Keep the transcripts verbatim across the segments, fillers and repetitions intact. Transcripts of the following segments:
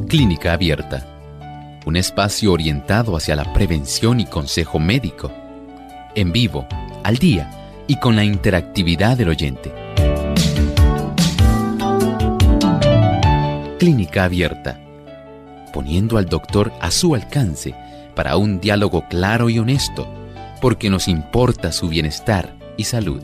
Clínica Abierta, un espacio orientado hacia la prevención y consejo médico, en vivo, al día y con la interactividad del oyente. Clínica Abierta, poniendo al doctor a su alcance para un diálogo claro y honesto, porque nos importa su bienestar y salud.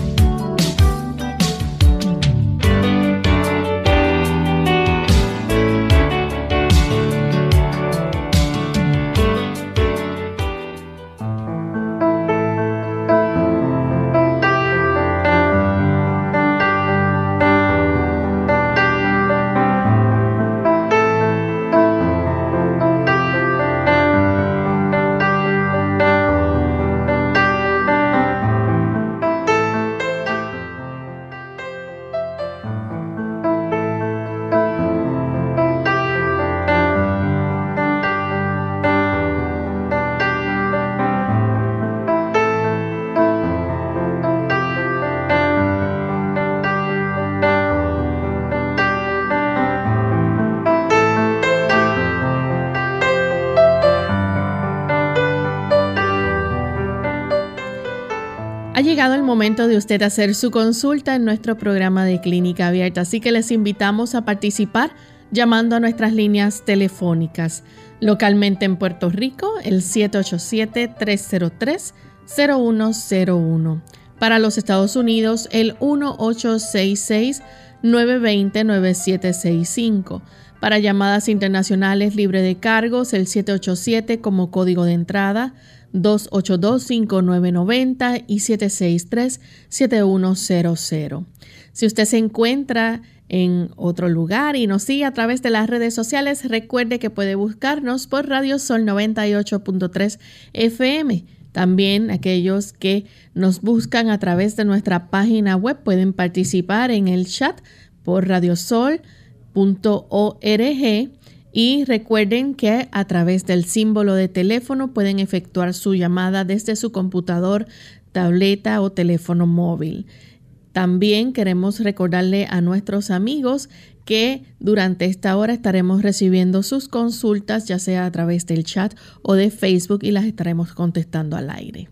Ha llegado el momento de usted hacer su consulta en nuestro programa de Clínica Abierta, así que les invitamos a participar llamando a nuestras líneas telefónicas. Localmente en Puerto Rico, el siete ocho siete, tres cero tres, cero uno cero uno. Para los Estados Unidos, el uno ocho seis seis, nueve dos cero, nueve siete seis cinco. Para llamadas internacionales libre de cargos, el siete ocho siete como código de entrada, dos ocho dos, cinco nueve nueve cero y siete seis tres, siete uno cero cero. Si usted se encuentra en otro lugar y nos sigue a través de las redes sociales, recuerde que puede buscarnos por Radio Sol noventa y ocho punto tres F M. También aquellos que nos buscan a través de nuestra página web pueden participar en el chat por radiosol punto org. Y recuerden que a través del símbolo de teléfono pueden efectuar su llamada desde su computador, tableta o teléfono móvil. También queremos recordarle a nuestros amigos que durante esta hora estaremos recibiendo sus consultas, ya sea a través del chat o de Facebook, y las estaremos contestando al aire.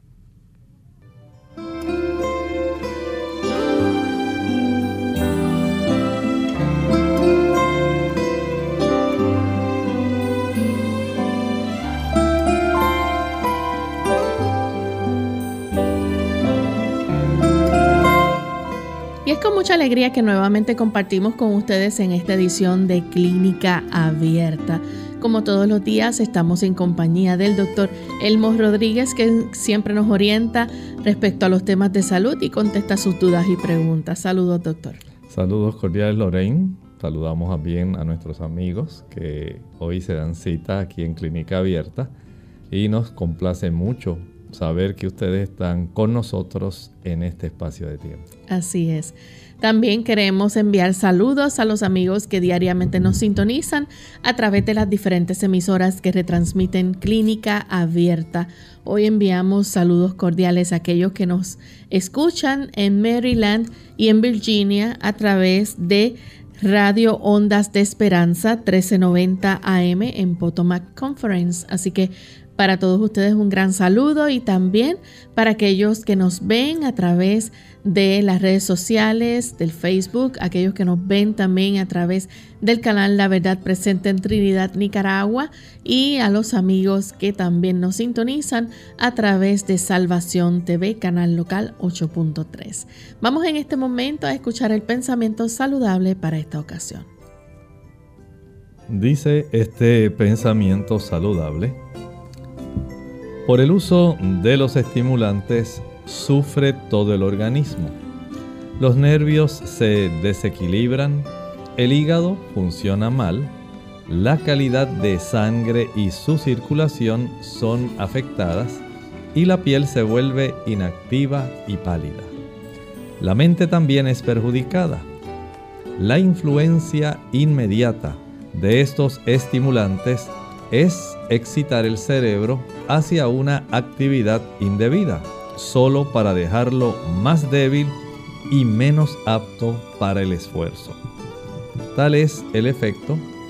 Y es con mucha alegría que nuevamente compartimos con ustedes en esta edición de Clínica Abierta. Como todos los días, estamos en compañía del doctor Elmo Rodríguez, que siempre nos orienta respecto a los temas de salud y contesta sus dudas y preguntas. Saludos, doctor. Saludos cordiales, Lorraine. Saludamos bien a nuestros amigos que hoy se dan cita aquí en Clínica Abierta y nos complace mucho saber que ustedes están con nosotros en este espacio de tiempo. Así es. También queremos enviar saludos a los amigos que diariamente nos sintonizan a través de las diferentes emisoras que retransmiten Clínica Abierta. Hoy enviamos saludos cordiales a aquellos que nos escuchan en Maryland y en Virginia a través de Radio Ondas de Esperanza trece noventa A M en Potomac Conference. Así que para todos ustedes un gran saludo, y también para aquellos que nos ven a través de las redes sociales, del Facebook, aquellos que nos ven también a través del canal La Verdad Presente en Trinidad, Nicaragua, y a los amigos que también nos sintonizan a través de Salvación T V, canal local ocho punto tres. Vamos en este momento a escuchar el pensamiento saludable para esta ocasión. Dice este pensamiento saludable: por el uso de los estimulantes sufre todo el organismo. Los nervios se desequilibran, el hígado funciona mal, la calidad de sangre y su circulación son afectadas y la piel se vuelve inactiva y pálida. La mente también es perjudicada. La influencia inmediata de estos estimulantes es excitar el cerebro hacia una actividad indebida, solo para dejarlo más débil y menos apto para el esfuerzo. Tal es el efecto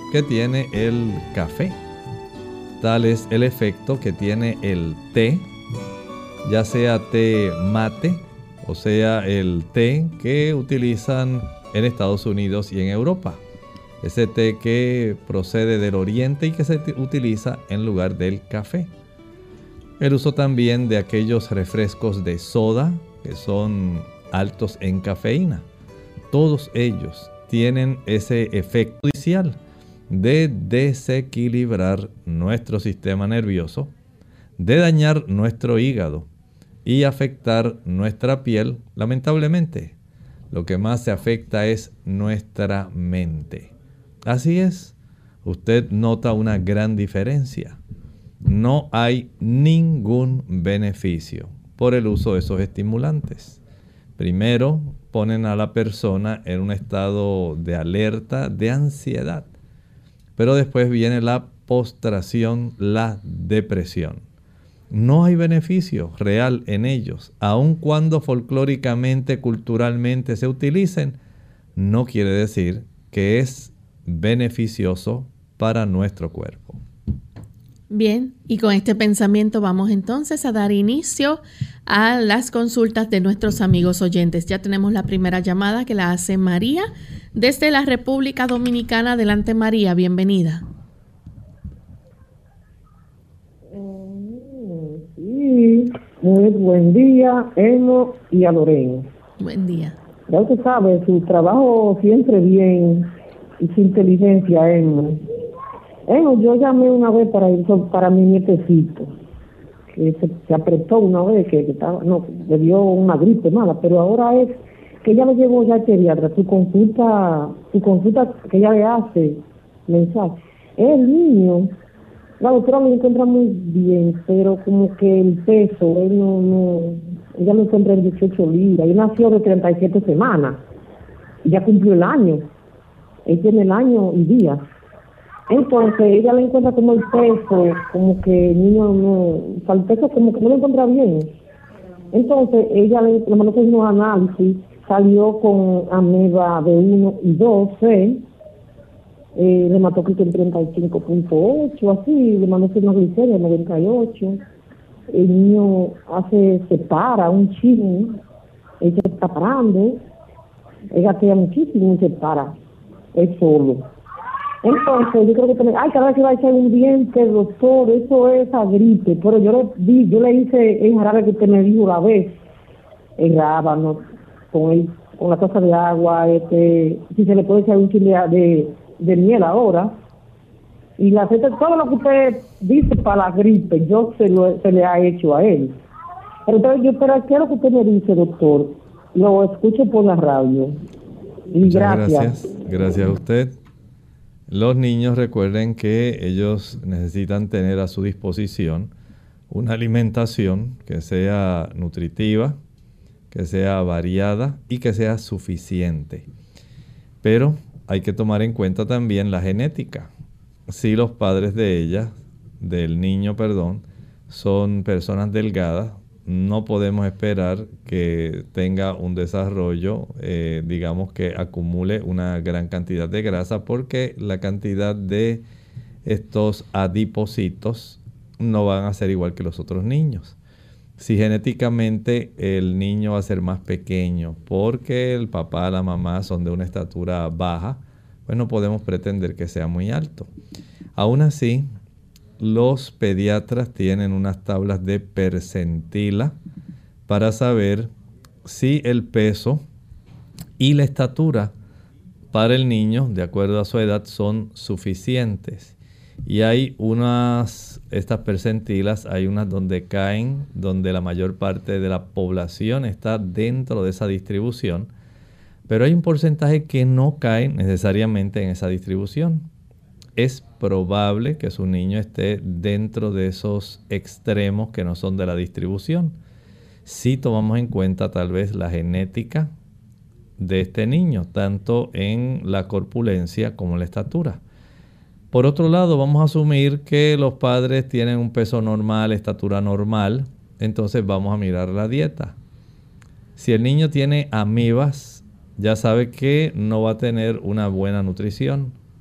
que tiene el café. Tal es el efecto que tiene el té, ya sea té mate, o sea el té que utilizan en Estados Unidos y en Europa. Ese té que procede del oriente y que se utiliza en lugar del café. El uso también de aquellos refrescos de soda que son altos en cafeína. Todos ellos tienen ese efecto judicial de desequilibrar nuestro sistema nervioso, de dañar nuestro hígado y afectar nuestra piel. Lamentablemente, lo que más se afecta es nuestra mente. Así es, usted nota una gran diferencia. No hay ningún beneficio por el uso de esos estimulantes. Primero, ponen a la persona en un estado de alerta, de ansiedad. Pero después viene la postración, la depresión. No hay beneficio real en ellos, aun cuando folclóricamente, culturalmente se utilicen. No quiere decir que es beneficioso para nuestro cuerpo. Bien, y con este pensamiento vamos entonces a dar inicio a las consultas de nuestros amigos oyentes. Ya tenemos la primera llamada que la hace María desde la República Dominicana. Adelante, María, bienvenida. Sí, muy buen día, Eno y a Lorena. Buen día. Ya usted sabe, su trabajo siempre bien y su inteligencia, Eno. Eno, yo llamé una vez para ir para mi nietecito, que se, se apretó una vez, que, que estaba, no, le dio una gripe mala, pero ahora es que ella lo llevó ya al pediatra, su consulta, su consulta que ella le hace, mensaje. El niño, la doctora lo encuentra muy bien, pero como que el peso, él no, no, ella lo encuentra en dieciocho libras, él nació de treinta y siete semanas, ya cumplió el año, él tiene el año y días. Entonces ella le encuentra como el peso, como que el niño no, o sea, el peso como que no lo encuentra bien. Entonces ella le, le mandó unos análisis, salió con ameba B uno y dos C, eh, le mató que en treinta y cinco punto ocho, así, le mandó una glicemia de noventa y ocho. El niño hace, se para un chin, él se está parando, él gatea muchísimo y se para, él solo. Entonces, yo creo que tiene, ay, cada vez que va a echar un diente, doctor, eso es a gripe. Pero yo le di, yo le hice el jarabe que usted me dijo la vez, el rábano, con el, con la taza de agua, este, si se le puede echar un chile de, de miel ahora. Y la aceite, todo lo que usted dice para la gripe, yo se lo se le ha hecho a él. Pero entonces yo, pero ¿qué es lo que usted me dice, doctor? Lo escucho por la radio. Y Muchas gracias. Gracias, gracias a usted. Los niños, recuerden que ellos necesitan tener a su disposición una alimentación que sea nutritiva, que sea variada y que sea suficiente. Pero hay que tomar en cuenta también la genética. Si los padres de ella, del niño, perdón, son personas delgadas, no podemos esperar que tenga un desarrollo, eh, digamos que acumule una gran cantidad de grasa, porque la cantidad de estos adipocitos no van a ser igual que los otros niños. Si genéticamente el niño va a ser más pequeño porque el papá, la mamá son de una estatura baja, pues no podemos pretender que sea muy alto. Aún así, los pediatras tienen unas tablas de percentila para saber si el peso y la estatura para el niño, de acuerdo a su edad, son suficientes. Y hay unas, estas percentilas, hay unas donde caen, donde la mayor parte de la población está dentro de esa distribución, pero hay un porcentaje que no cae necesariamente en esa distribución. Es probable que su niño esté dentro de esos extremos que no son de la distribución. Si tomamos en cuenta tal vez la genética de este niño, tanto en la corpulencia como en la estatura. Por otro lado, vamos a asumir que los padres tienen un peso normal, estatura normal, entonces vamos a mirar la dieta. Si el niño tiene amebas, ya sabe que no va a tener una buena nutrición,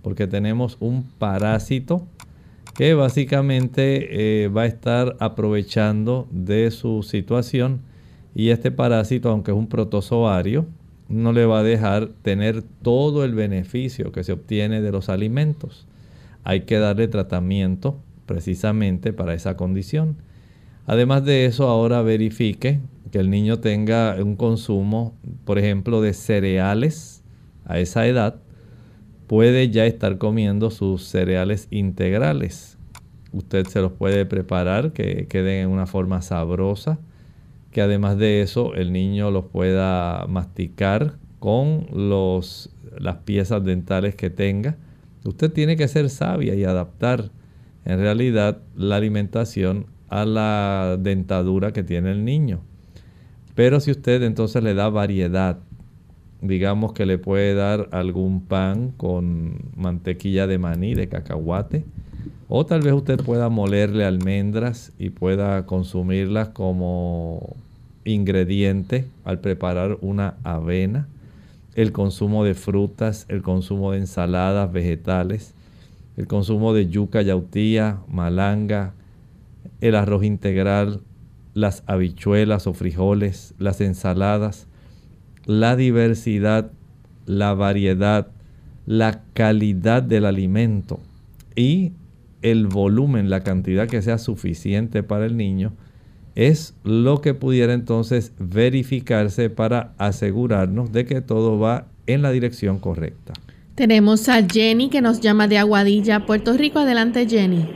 porque tenemos un parásito que básicamente eh, va a estar aprovechando de su situación, y este parásito, aunque es un protozoario, no le va a dejar tener todo el beneficio que se obtiene de los alimentos. Hay que darle tratamiento precisamente para esa condición. Además de eso, ahora verifique que el niño tenga un consumo, por ejemplo, de cereales a esa edad. Puede ya estar comiendo sus cereales integrales. Usted se los puede preparar que queden en una forma sabrosa, que además de eso el niño los pueda masticar con los, las piezas dentales que tenga. Usted tiene que ser sabia y adaptar en realidad la alimentación a la dentadura que tiene el niño. Pero si usted entonces le da variedad, digamos que le puede dar algún pan con mantequilla de maní, de cacahuate, o tal vez usted pueda molerle almendras y pueda consumirlas como ingrediente al preparar una avena. El consumo de frutas, el consumo de ensaladas, vegetales, el consumo de yuca, yautía, malanga, el arroz integral, las habichuelas o frijoles, las ensaladas, la diversidad, la variedad, la calidad del alimento y el volumen, la cantidad que sea suficiente para el niño, es lo que pudiera entonces verificarse para asegurarnos de que todo va en la dirección correcta. Tenemos a Jenny que nos llama de Aguadilla, Puerto Rico. Adelante, Jenny.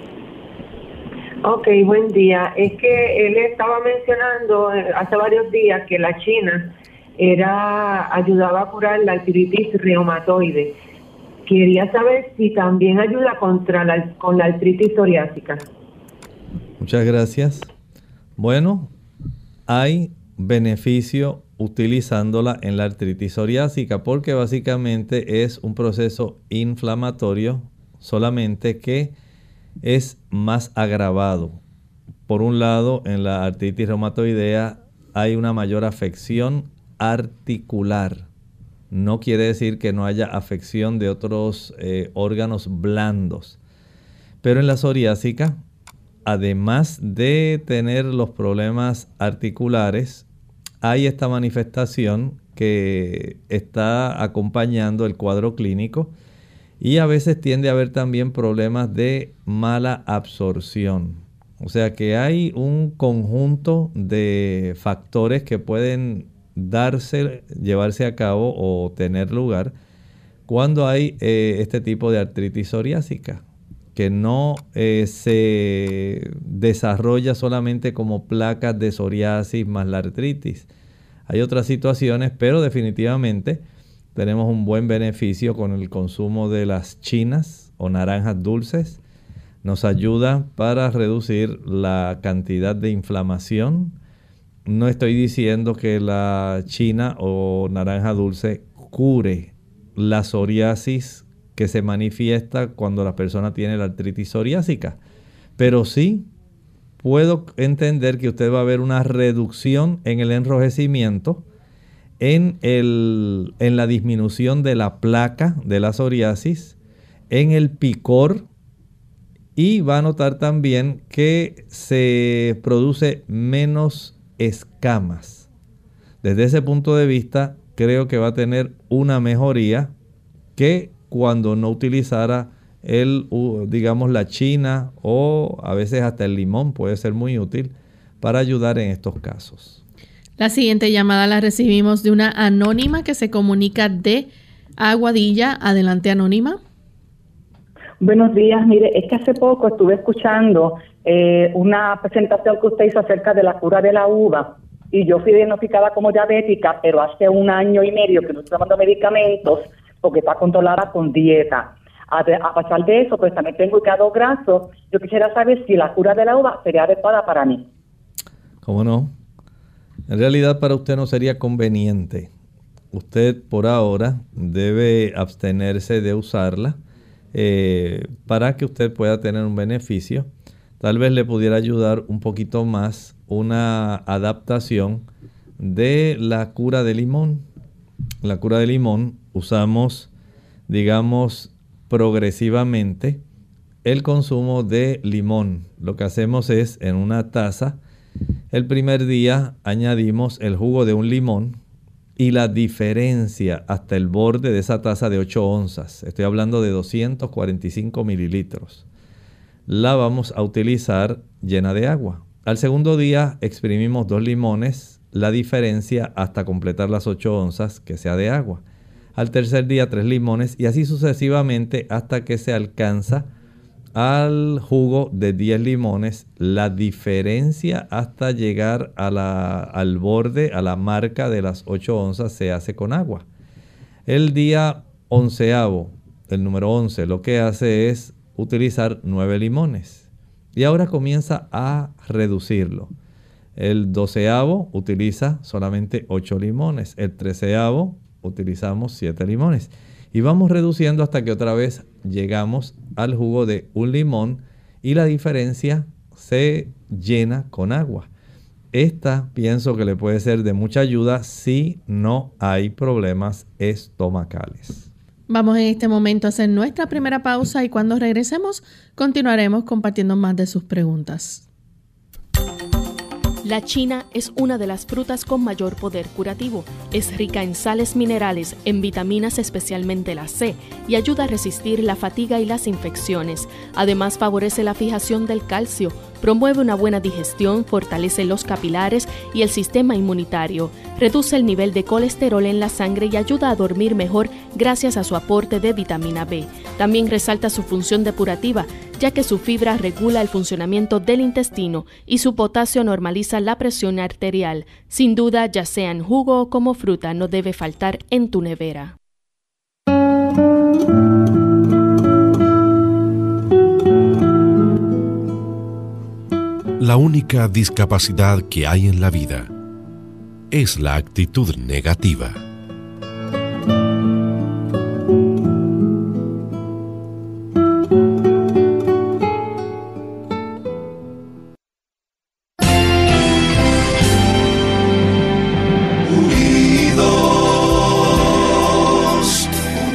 Ok, buen día. Es que él estaba mencionando hace varios días que la china era ayudaba a curar la artritis reumatoide. Quería saber si también ayuda contra la, con la artritis psoriásica. Muchas gracias. Bueno, hay beneficio utilizándola en la artritis psoriásica porque básicamente es un proceso inflamatorio, solamente que es más agravado. Por un lado, en la artritis reumatoidea hay una mayor afección articular. No quiere decir que no haya afección de otros eh, órganos blandos. Pero en la psoriásica, además de tener los problemas articulares, hay esta manifestación que está acompañando el cuadro clínico y a veces tiende a haber también problemas de mala absorción. O sea que hay un conjunto de factores que pueden darse, llevarse a cabo o tener lugar cuando hay eh, este tipo de artritis psoriásica, que no eh, se desarrolla solamente como placas de psoriasis más la artritis. Hay otras situaciones, pero definitivamente tenemos un buen beneficio con el consumo de las chinas o naranjas dulces. Nos ayuda para reducir la cantidad de inflamación. No estoy diciendo que la china o naranja dulce cure la psoriasis que se manifiesta cuando la persona tiene la artritis psoriásica, pero sí puedo entender que usted va a ver una reducción en el enrojecimiento, en, el, en la disminución de la placa de la psoriasis, en el picor, y va a notar también que se produce menos escamas. Desde ese punto de vista, creo que va a tener una mejoría que cuando no utilizara el, digamos, la china o a veces hasta el limón puede ser muy útil para ayudar en estos casos. La siguiente llamada la recibimos de una anónima que se comunica de Aguadilla. Adelante, anónima. Buenos días, mire, es que hace poco estuve escuchando eh, una presentación que usted hizo acerca de la cura de la uva y yo fui diagnosticada como diabética, pero hace un año y medio que no estoy tomando medicamentos porque está controlada con dieta. A, de, a pesar de eso, pues también tengo hígado graso. Yo quisiera saber si la cura de la uva sería adecuada para mí. ¿Cómo no? En realidad para usted no sería conveniente. Usted por ahora debe abstenerse de usarla eh, para que usted pueda tener un beneficio. Tal vez le pudiera ayudar un poquito más una adaptación de la cura de limón. La cura de limón usamos, digamos, progresivamente el consumo de limón. Lo que hacemos es, en una taza, el primer día añadimos el jugo de un limón y la diferencia hasta el borde de esa taza de ocho onzas, estoy hablando de doscientos cuarenta y cinco mililitros, la vamos a utilizar llena de agua. Al segundo día exprimimos dos limones, la diferencia hasta completar las ocho onzas que sea de agua. Al tercer día tres limones y así sucesivamente hasta que se alcanza al jugo de diez limones, la diferencia hasta llegar a la, al borde, a la marca de las ocho onzas se hace con agua. El día onceavo, el número once, lo que hace es utilizar nueve limones y ahora comienza a reducirlo. El doceavo utiliza solamente ocho limones, el treceavo utilizamos siete limones. Y vamos reduciendo hasta que otra vez llegamos al jugo de un limón y la diferencia se llena con agua. Esta pienso que le puede ser de mucha ayuda si no hay problemas estomacales. Vamos en este momento a hacer nuestra primera pausa y cuando regresemos continuaremos compartiendo más de sus preguntas. La china es una de las frutas con mayor poder curativo. Es rica en sales minerales, en vitaminas especialmente la C, y ayuda a resistir la fatiga y las infecciones. Además favorece la fijación del calcio, promueve una buena digestión, fortalece los capilares y el sistema inmunitario, reduce el nivel de colesterol en la sangre y ayuda a dormir mejor gracias a su aporte de vitamina B. También resalta su función depurativa, ya que su fibra regula el funcionamiento del intestino y su potasio normaliza la presión arterial. Sin duda, ya sea en jugo o como fruta, no debe faltar en tu nevera. La única discapacidad que hay en la vida es la actitud negativa. Unidos,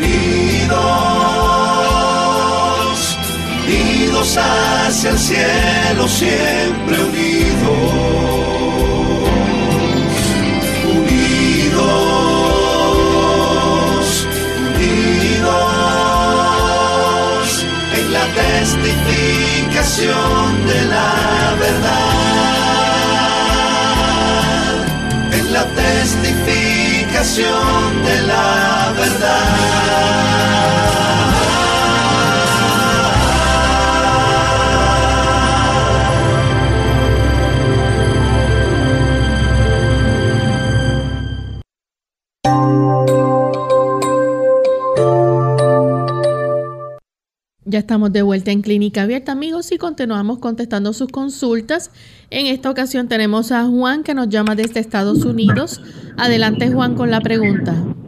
unidos, unidos hacia el cielo, siempre unidos, unidos, unidos, en la testificación de la verdad, en la testificación de la verdad. Ya estamos de vuelta en Clínica Abierta, amigos, y continuamos contestando sus consultas. En esta ocasión tenemos a Juan, que nos llama desde Estados Unidos. Adelante, Juan, con la pregunta.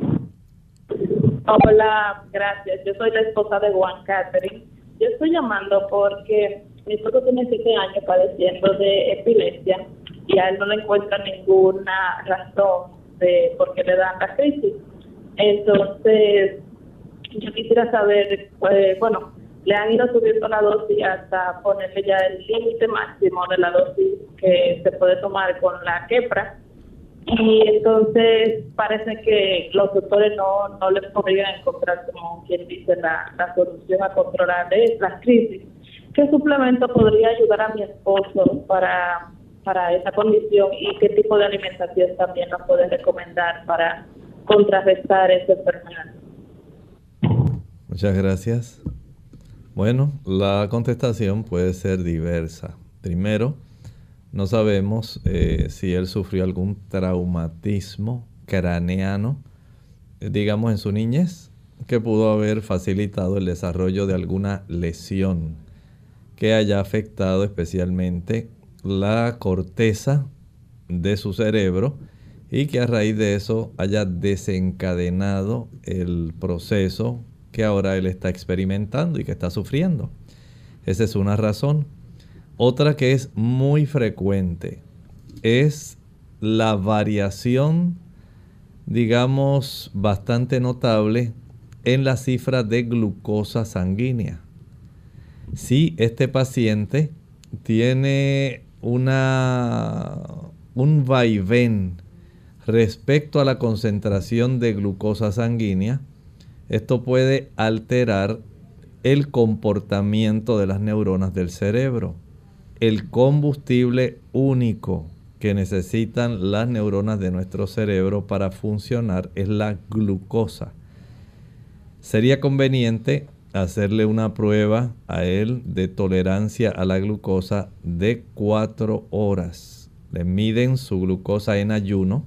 Hola, gracias. Yo soy la esposa de Juan, Catherine. Yo estoy llamando porque mi esposo tiene siete años padeciendo de epilepsia y a él no le encuentra ninguna razón de por qué le dan la crisis. Entonces, yo quisiera saber, pues, bueno, le han ido subiendo la dosis hasta ponerle ya el límite máximo de la dosis que se puede tomar con la Keppra. Y entonces parece que los doctores no, no les podrían encontrar, como quien dice, la, la solución a controlar las crisis. ¿Qué suplemento podría ayudar a mi esposo para, para esa condición y qué tipo de alimentación también nos puede recomendar para contrarrestar esa enfermedad? Muchas gracias. Bueno, la contestación puede ser diversa. Primero, no sabemos eh, si él sufrió algún traumatismo craneano, eh, digamos en su niñez, que pudo haber facilitado el desarrollo de alguna lesión que haya afectado especialmente la corteza de su cerebro y que a raíz de eso haya desencadenado el proceso que ahora él está experimentando y que está sufriendo. Esa es una razón. Otra que es muy frecuente es la variación, digamos, bastante notable en la cifra de glucosa sanguínea. Si este paciente tiene una, un vaivén respecto a la concentración de glucosa sanguínea, esto puede alterar el comportamiento de las neuronas del cerebro. El combustible único que necesitan las neuronas de nuestro cerebro para funcionar es la glucosa. Sería conveniente hacerle una prueba a él de tolerancia a la glucosa de cuatro horas. Le miden su glucosa en ayuno.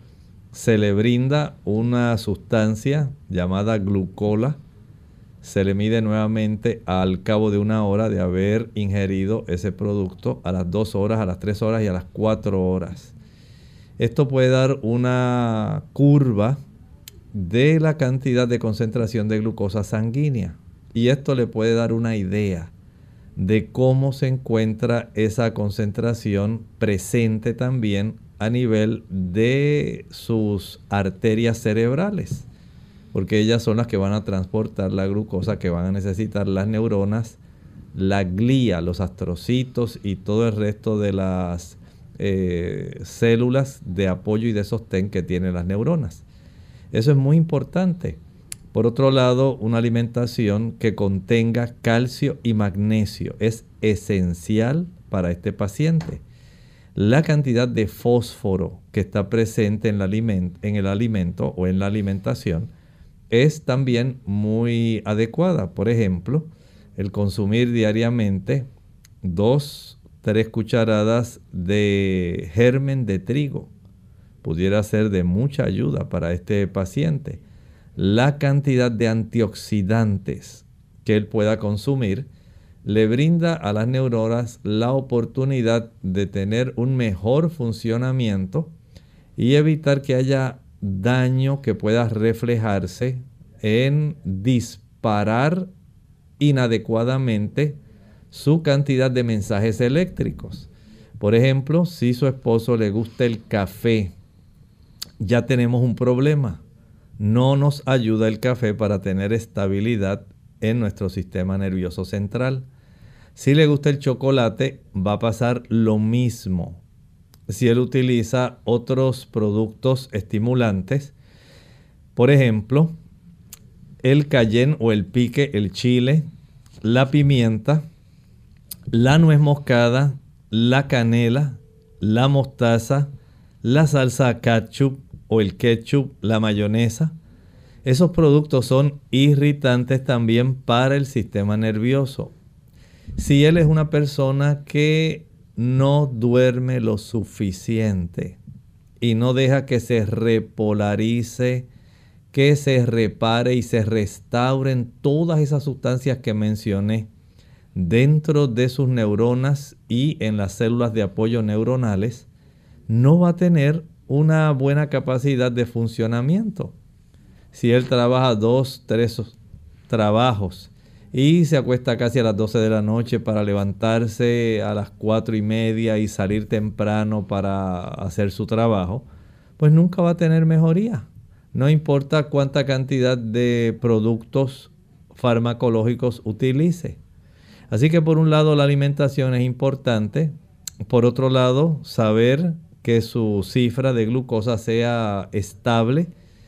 Se le brinda una sustancia llamada glucola. Se le mide nuevamente al cabo de una hora de haber ingerido ese producto, a las dos horas, a las tres horas y a las cuatro horas. Esto puede dar una curva de la cantidad de concentración de glucosa sanguínea. Y esto le puede dar una idea de cómo se encuentra esa concentración presente también a nivel de sus arterias cerebrales, porque ellas son las que van a transportar la glucosa que van a necesitar las neuronas, la glía, los astrocitos y todo el resto de las eh, células de apoyo y de sostén que tienen las neuronas. Eso es muy importante. Por otro lado, una alimentación que contenga calcio y magnesio es esencial para este paciente. La cantidad de fósforo que está presente en el alimento, en el alimento o en la alimentación es también muy adecuada. Por ejemplo, el consumir diariamente dos, tres cucharadas de germen de trigo pudiera ser de mucha ayuda para este paciente. La cantidad de antioxidantes que él pueda consumir le brinda a las neuronas la oportunidad de tener un mejor funcionamiento y evitar que haya daño que pueda reflejarse en disparar inadecuadamente su cantidad de mensajes eléctricos. Por ejemplo, si su esposo le gusta el café, ya tenemos un problema. No nos ayuda el café para tener estabilidad en nuestro sistema nervioso central. Si le gusta el chocolate, va a pasar lo mismo. Si él utiliza otros productos estimulantes, por ejemplo, el cayenne o el pique, el chile, la pimienta, la nuez moscada, la canela, la mostaza, la salsa ketchup o el ketchup, la mayonesa. Esos productos son irritantes también para el sistema nervioso. Si él es una persona que no duerme lo suficiente y no deja que se repolarice, que se repare y se restauren todas esas sustancias que mencioné dentro de sus neuronas y en las células de apoyo neuronales, no va a tener una buena capacidad de funcionamiento. Si él trabaja dos, tres trabajos y se acuesta casi a las doce de la noche para levantarse a las cuatro y media y salir temprano para hacer su trabajo, pues nunca va a tener mejoría. No importa cuánta cantidad de productos farmacológicos utilice. Así que por un lado la alimentación es importante. Por otro lado, saber que su cifra de glucosa sea estable.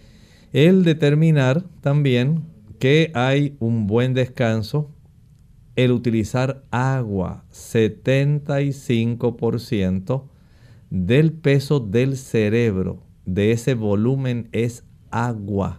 El determinar también que hay un buen descanso. El utilizar agua. setenta y cinco por ciento del peso del cerebro, de ese volumen, es agua.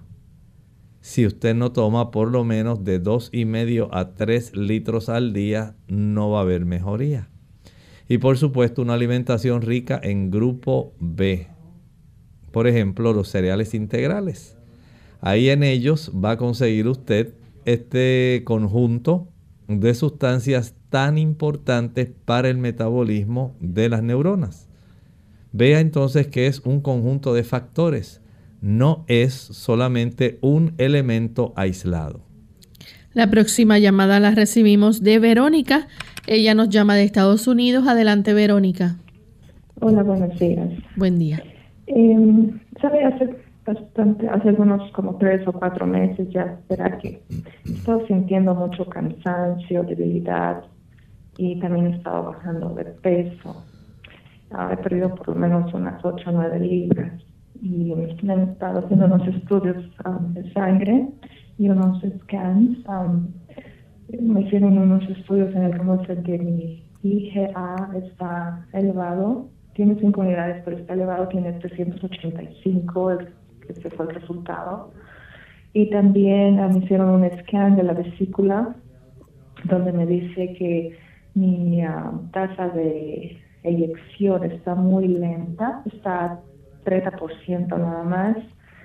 Si usted no toma por lo menos de dos y medio a tres litros al día, no va a haber mejoría. Y por supuesto, una alimentación rica en grupo B. Por ejemplo, los cereales integrales. Ahí en ellos va a conseguir usted este conjunto de sustancias tan importantes para el metabolismo de las neuronas. Vea entonces que es un conjunto de factores. No es solamente un elemento aislado. La próxima llamada la recibimos de Verónica. Ella nos llama de Estados Unidos. Adelante, Verónica. Hola, buenos días. Buen día. Eh, ¿Sabe? Hace bastante, hace algunos como tres o cuatro meses ya, será que he estado sintiendo mucho cansancio, debilidad y también he estado bajando de peso. Uh, he perdido por lo menos unas ocho o nueve libras y me han estado haciendo unos estudios um, de sangre y unos scans. Um, me hicieron unos estudios en el que muestran que mi I G A está elevado, tiene cinco unidades, pero está elevado, tiene trescientos ochenta y cinco, ese fue el resultado. Y también uh, me hicieron un scan de la vesícula, donde me dice que mi uh, tasa de eyección está muy lenta, está a treinta por ciento nada más.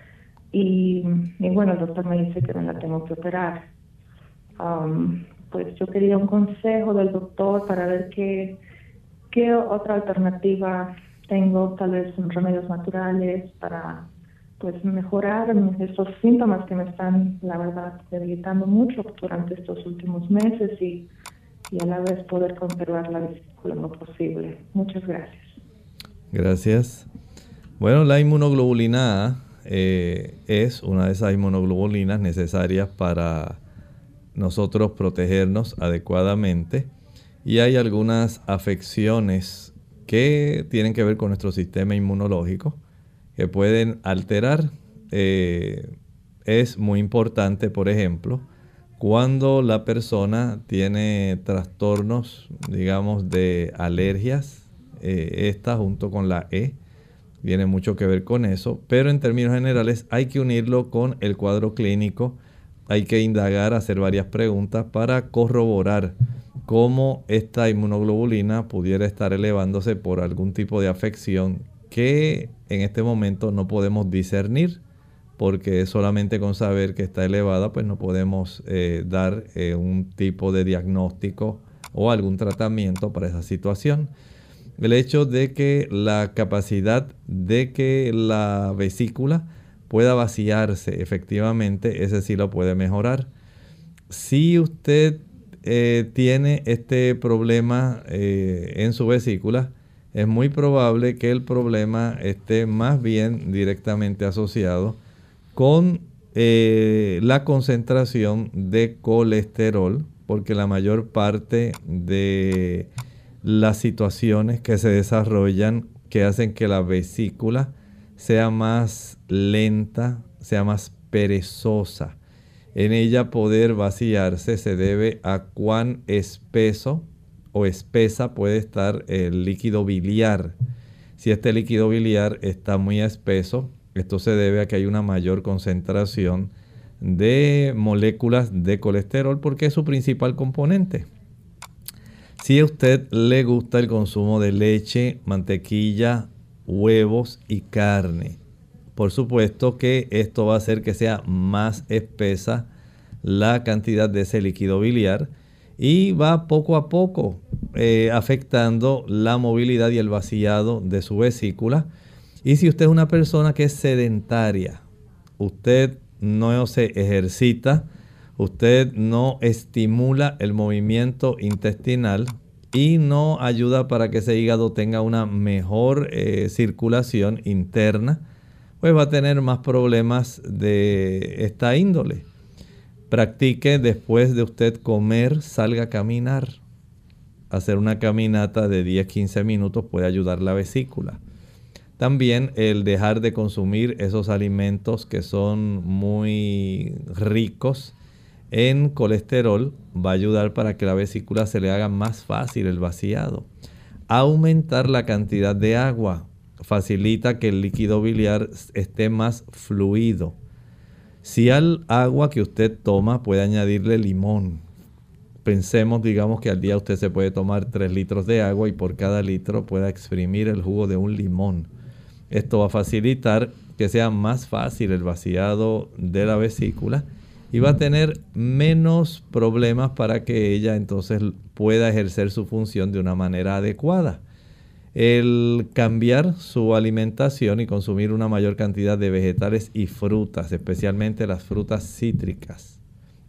Y, y bueno, el doctor me dice que me la tengo que operar. Um, pues yo quería un consejo del doctor para ver qué, qué otra alternativa tengo, tal vez remedios naturales para pues mejorar estos síntomas que me están, la verdad, debilitando mucho durante estos últimos meses y, y a la vez poder conservar la vesícula lo posible. Muchas gracias. Gracias. Bueno, la inmunoglobulina A eh, es una de esas inmunoglobulinas necesarias para nosotros protegernos adecuadamente, y hay algunas afecciones que tienen que ver con nuestro sistema inmunológico que pueden alterar. Eh, es muy importante, por ejemplo, cuando la persona tiene trastornos, digamos, de alergias, eh, esta junto con la E, tiene mucho que ver con eso, pero en términos generales hay que unirlo con el cuadro clínico. Hay que indagar, hacer varias preguntas para corroborar cómo esta inmunoglobulina pudiera estar elevándose por algún tipo de afección que en este momento no podemos discernir, porque solamente con saber que está elevada pues no podemos eh, dar eh, un tipo de diagnóstico o algún tratamiento para esa situación. El hecho de que la capacidad de que la vesícula pueda vaciarse efectivamente, ese sí lo puede mejorar. Si usted eh, tiene este problema eh, en su vesícula, es muy probable que el problema esté más bien directamente asociado con eh, la concentración de colesterol, porque la mayor parte de las situaciones que se desarrollan que hacen que la vesícula sea más lenta, sea más perezosa, en ella poder vaciarse se debe a cuán espeso o espesa puede estar el líquido biliar. Si este líquido biliar está muy espeso, esto se debe a que hay una mayor concentración de moléculas de colesterol, porque es su principal componente. Si a usted le gusta el consumo de leche, mantequilla, huevos y carne, por supuesto que esto va a hacer que sea más espesa la cantidad de ese líquido biliar y va poco a poco eh, afectando la movilidad y el vaciado de su vesícula. Y si usted es una persona que es sedentaria, usted no se ejercita, usted no estimula el movimiento intestinal y no ayuda para que ese hígado tenga una mejor eh, circulación interna, pues va a tener más problemas de esta índole. Practique después de usted comer, salga a caminar. Hacer una caminata de diez a quince minutos puede ayudar a la vesícula. También el dejar de consumir esos alimentos que son muy ricos en colesterol va a ayudar para que la vesícula se le haga más fácil el vaciado. Aumentar la cantidad de agua facilita que el líquido biliar esté más fluido. Si al agua que usted toma puede añadirle limón, pensemos, digamos que al día usted se puede tomar tres litros de agua y por cada litro pueda exprimir el jugo de un limón. Esto va a facilitar que sea más fácil el vaciado de la vesícula y va a tener menos problemas para que ella entonces pueda ejercer su función de una manera adecuada. El cambiar su alimentación y consumir una mayor cantidad de vegetales y frutas, especialmente las frutas cítricas,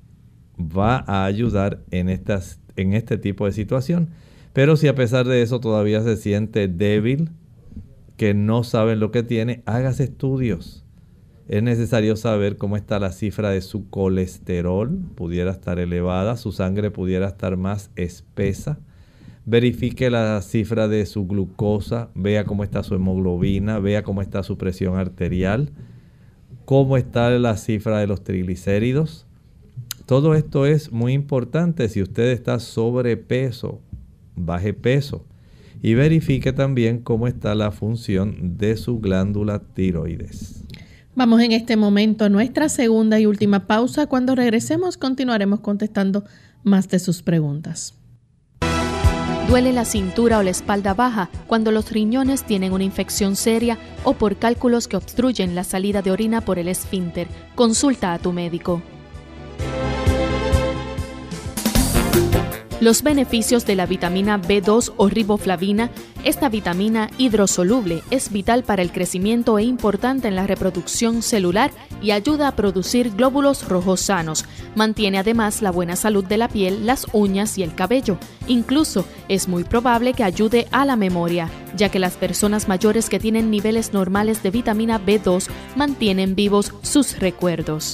va a ayudar en, estas, en este tipo de situación. Pero si a pesar de eso todavía se siente débil, que no saben lo que tiene, hágase estudios. Es necesario saber cómo está la cifra de su colesterol, pudiera estar elevada, su sangre pudiera estar más espesa. Verifique la cifra de su glucosa, vea cómo está su hemoglobina, vea cómo está su presión arterial, cómo está la cifra de los triglicéridos. Todo esto es muy importante. Si usted está sobrepeso, baje peso y verifique también cómo está la función de su glándula tiroides. Vamos en este momento a nuestra segunda y última pausa. Cuando regresemos continuaremos contestando más de sus preguntas. Duele la cintura o la espalda baja cuando los riñones tienen una infección seria o por cálculos que obstruyen la salida de orina por el esfínter. Consulta a tu médico. Los beneficios de la vitamina B dos o riboflavina. Esta vitamina hidrosoluble es vital para el crecimiento e importante en la reproducción celular y ayuda a producir glóbulos rojos sanos. Mantiene además la buena salud de la piel, las uñas y el cabello. Incluso es muy probable que ayude a la memoria, ya que las personas mayores que tienen niveles normales de vitamina B dos mantienen vivos sus recuerdos.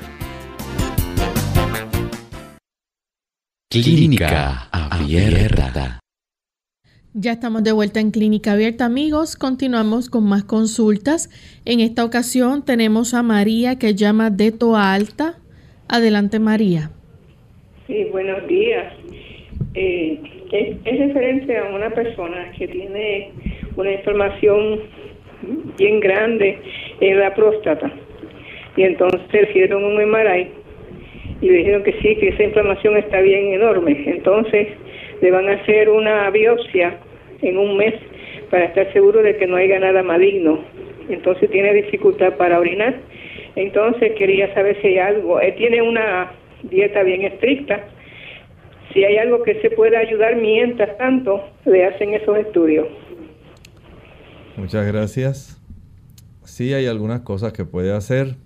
Clínica Abierta. Ya estamos de vuelta en Clínica Abierta, amigos. Continuamos con más consultas. En esta ocasión tenemos a María que llama de Toa Alta. Adelante, María. Sí, buenos días. Eh, es, es referente a una persona que tiene una inflamación bien grande en la próstata. Y entonces le hicieron un M R I. Y le dijeron que sí, que esa inflamación está bien enorme. Entonces le van a hacer una biopsia en un mes para estar seguro de que no haya nada maligno. Entonces tiene dificultad para orinar. Entonces quería saber si hay algo. Él tiene una dieta bien estricta. Si hay algo que se pueda ayudar mientras tanto le hacen esos estudios. Muchas gracias. Sí hay algunas cosas que puede hacer.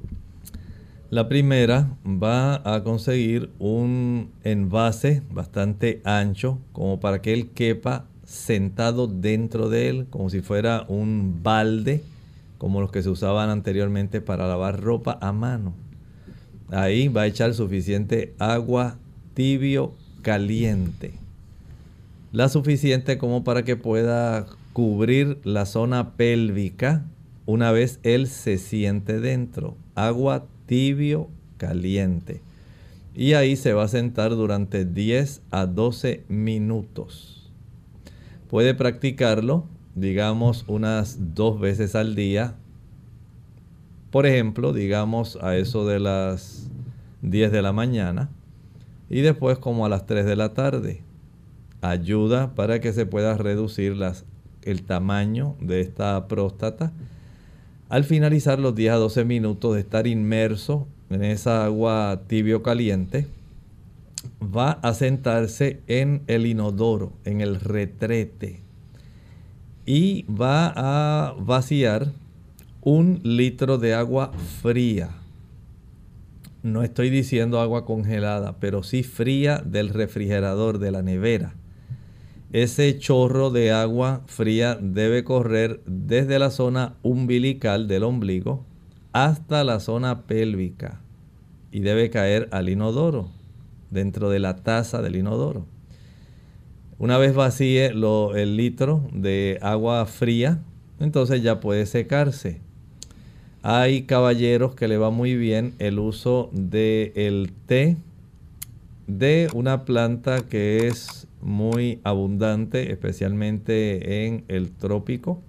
La primera, va a conseguir un envase bastante ancho, como para que él quepa sentado dentro de él, como si fuera un balde, como los que se usaban anteriormente para lavar ropa a mano. Ahí va a echar suficiente agua tibio caliente. La suficiente como para que pueda cubrir la zona pélvica una vez él se siente dentro. Agua tibio caliente. Y ahí se va a sentar durante diez a doce minutos. Puede practicarlo, digamos, unas dos veces al día. Por ejemplo, digamos a eso de las diez de la mañana y después como a las tres de la tarde. Ayuda para que se pueda reducir las, el tamaño de esta próstata. Al finalizar los diez a doce minutos de estar inmerso en esa agua tibio caliente, va a sentarse en el inodoro, en el retrete, y va a vaciar un litro de agua fría. No estoy diciendo agua congelada, pero sí fría del refrigerador, de la nevera. Ese chorro de agua fría debe correr desde la zona umbilical del ombligo hasta la zona pélvica y debe caer al inodoro, dentro de la taza del inodoro. Una vez vacíe lo, el litro de agua fría, entonces ya puede secarse. Hay caballeros que le va muy bien el uso del té de una planta que es muy abundante, especialmente en el trópico.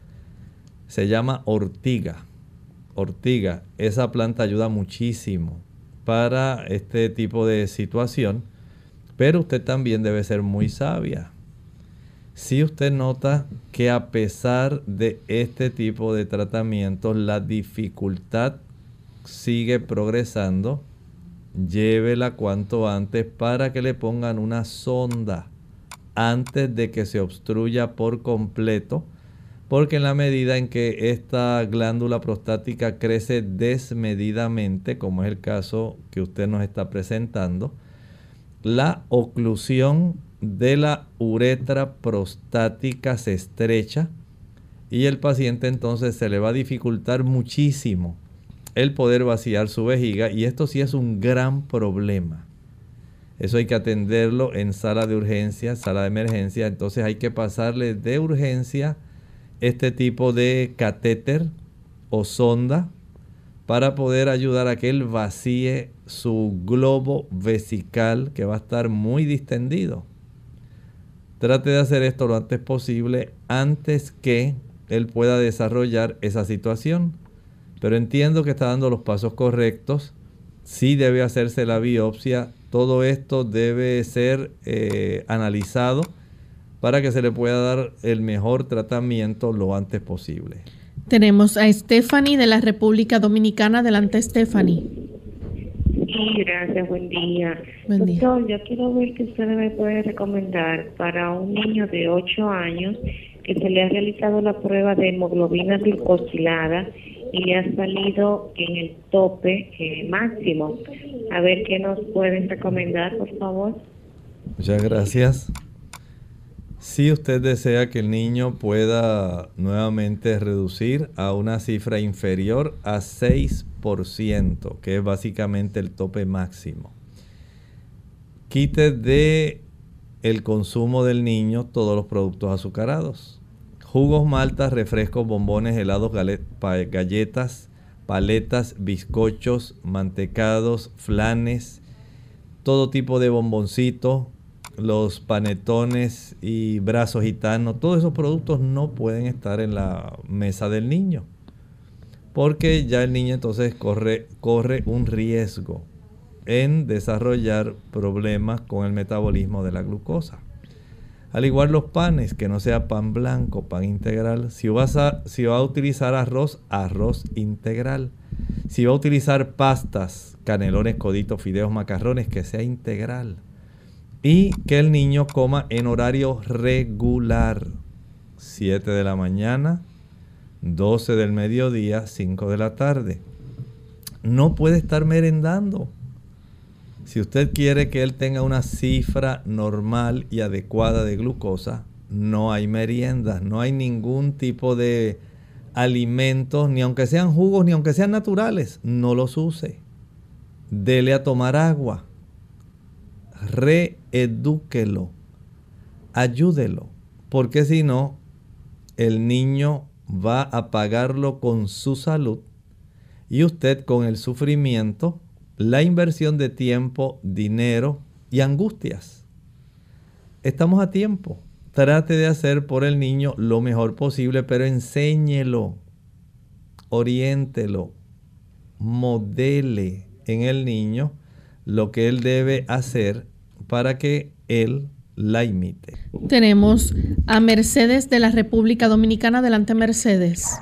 Se llama ortiga. Ortiga, esa planta ayuda muchísimo para este tipo de situación, pero usted también debe ser muy sabia. Si usted nota que a pesar de este tipo de tratamientos la dificultad sigue progresando, llévela cuanto antes para que le pongan una sonda antes de que se obstruya por completo, porque en la medida en que esta glándula prostática crece desmedidamente, como es el caso que usted nos está presentando, la oclusión de la uretra prostática se estrecha y el paciente entonces se le va a dificultar muchísimo el poder vaciar su vejiga, y esto sí es un gran problema. Eso hay que atenderlo en sala de urgencia, sala de emergencia. Entonces hay que pasarle de urgencia este tipo de catéter o sonda para poder ayudar a que él vacíe su globo vesical, que va a estar muy distendido. Trate de hacer esto lo antes posible, antes que él pueda desarrollar esa situación. Pero entiendo que está dando los pasos correctos. Sí debe hacerse la biopsia. Todo esto debe ser eh, analizado para que se le pueda dar el mejor tratamiento lo antes posible. Tenemos a Stephanie de la República Dominicana. Adelante, Stephanie. Sí, gracias, buen día. Buen día. Doctor, yo quiero ver que usted me puede recomendar para un niño de ocho años que se le ha realizado la prueba de hemoglobina glicosilada y le ha salido en el tope eh, máximo. A ver qué nos pueden recomendar, por favor. Muchas gracias. Si usted desea que el niño pueda nuevamente reducir a una cifra inferior a seis por ciento, que es básicamente el tope máximo, quite de el consumo del niño todos los productos azucarados. Jugos, maltas, refrescos, bombones, helados, galletas, paletas, bizcochos, mantecados, flanes, todo tipo de bomboncitos, los panetones y brazos gitanos, todos esos productos no pueden estar en la mesa del niño, porque ya el niño entonces corre, corre un riesgo en desarrollar problemas con el metabolismo de la glucosa. Al igual los panes, que no sea pan blanco, pan integral. Si vas a, si va a utilizar arroz, arroz integral. Si va a utilizar pastas, canelones, coditos, fideos, macarrones, que sea integral. Y que el niño coma en horario regular. siete de la mañana, doce del mediodía, cinco de la tarde. No puede estar merendando. Si usted quiere que él tenga una cifra normal y adecuada de glucosa, no hay meriendas, no hay ningún tipo de alimentos, ni aunque sean jugos, ni aunque sean naturales, no los use. Dele a tomar agua. Reedúquelo. Ayúdelo. Porque si no, el niño va a pagarlo con su salud y usted con el sufrimiento, la inversión de tiempo, dinero y angustias. Estamos a tiempo. Trate de hacer por el niño lo mejor posible, pero enséñelo, oriéntelo, modele en el niño lo que él debe hacer para que él la imite. Tenemos a Mercedes de la República Dominicana. Adelante, Mercedes.